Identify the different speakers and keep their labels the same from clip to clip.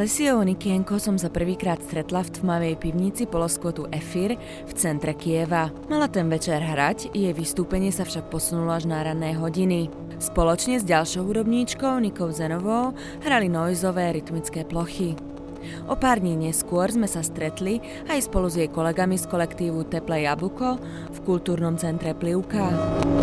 Speaker 1: Alessiou Onikienko som sa prvýkrát stretla v tmavej pivnici poloskvotu Efir v centre Kieva. Mala ten večer hrať, jej vystúpenie sa však posunulo až na ranné hodiny. Spoločne s ďalšou hudobníčkou Nikou Zenovou hrali noizové rytmické plochy. O pár dní neskôr sme sa stretli aj spolu s jej kolegami z kolektívu Teplé jablko v kultúrnom centre Plivka.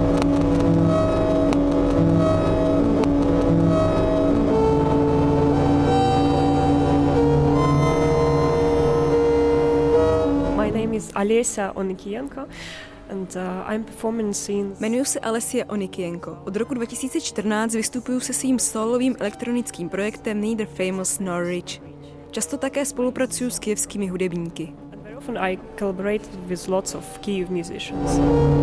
Speaker 2: Alessia Onikienko and I'm performing since...
Speaker 3: Jmenuji se Alessia Onikienko. Od roku 2014 vystupuju se svým solovým elektronickým projektem Neither Famous Nor Rich. Často také spolupracuju s kyjevskými hudebníky.
Speaker 2: And very often I collaborate with lots of Kyiv musicians.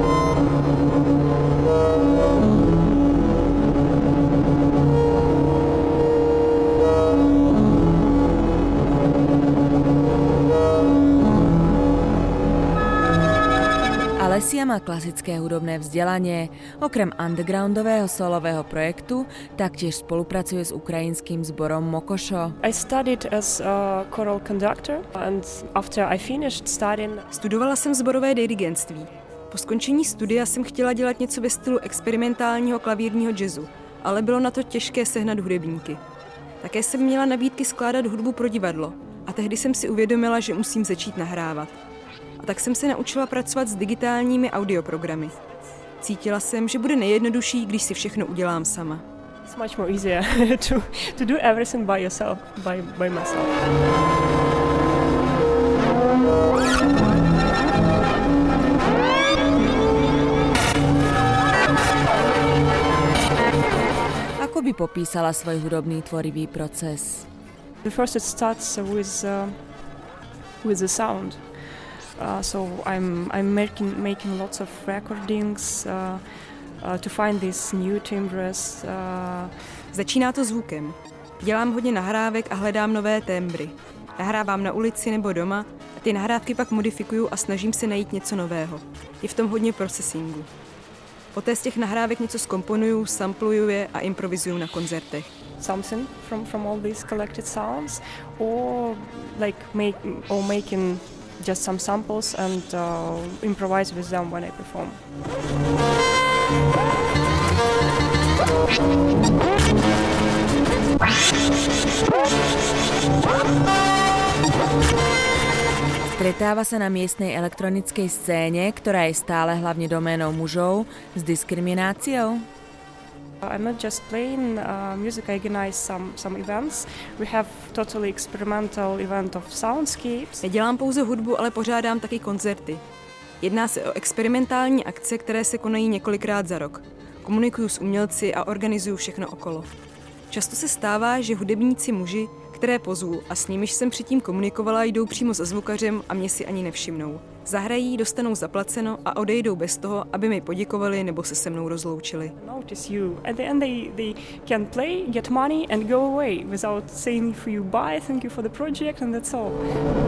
Speaker 1: Alessia má klasické hudobné vzdelanie. Okrem undergroundového solového projektu taktiež spolupracuje s ukrajinským zborom Mokošo.
Speaker 2: I studied as a choral conductor and after I finished studying...
Speaker 3: Studovala jsem zborové dirigentství. Po skončení studia jsem chtěla dělat něco ve stylu experimentálního klavírního jazzu, ale bylo na to těžké sehnat hudebníky. Také jsem měla nabídky skládat hudbu pro divadlo a tehdy jsem si uvědomila, že musím začít nahrávat. A tak jsem se naučila pracovat s digitálními audioprogramy. Cítila jsem, že bude nejjednodušší, když si všechno udělám sama.
Speaker 2: It's much more easier to do everything by yourself, by myself.
Speaker 1: Ako by popísala svoj hudobný tvorivý proces?
Speaker 2: The first it starts with the sound. So I'm making lots of recordings to find these new timbres.
Speaker 3: Začíná to zvukem. Dělám hodně nahrávek a hledám nové tembry. Nahrávám na ulici nebo doma a ty nahrávky pak modifikuju a snažím se najít něco nového. Je v tom hodně processingu. Poté z těch nahrávek něco zkomponuju, sampluju je a improvizuju na koncertech.
Speaker 2: Something from all these collected sounds, or making just some samples and improvise with them when I perform.
Speaker 1: Stretáva sa na miestnej elektronickej scéne, ktorá je stále hlavne doménou mužov, s diskrimináciou?
Speaker 2: I'm not just playing music, I organize some events. We have totally experimental event of soundscapes.
Speaker 3: Nedělám pouze hudbu, ale pořádám taky koncerty. Jedná se o experimentální akce, které se konají několikrát za rok. Komunikuju s umělci a organizuju všechno okolo. Často se stává, že hudebníci muži, které pozvu a s nimiž jsem předtím komunikovala, jdou přímo za zvukařem a mě si ani nevšimnou. Zahrají, dostanou zaplaceno a odejdou bez toho, aby mi poděkovali nebo se mnou rozloučili.
Speaker 2: Notice you. At the end they can play, get money and go away without saying for you bye, thank you for the project and that's all.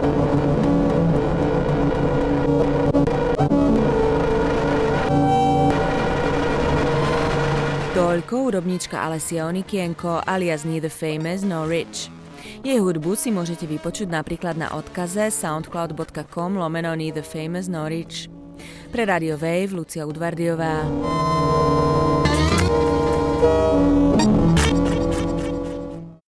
Speaker 1: Toľko hudobníčka Alessia Onikienko alias Neither Famous Nor Rich. Jej hudbu si môžete vypočuť napríklad na odkaze soundcloud.com/Neither Famous Nor Rich. Pre Radio Wave Lucia Udvardiová.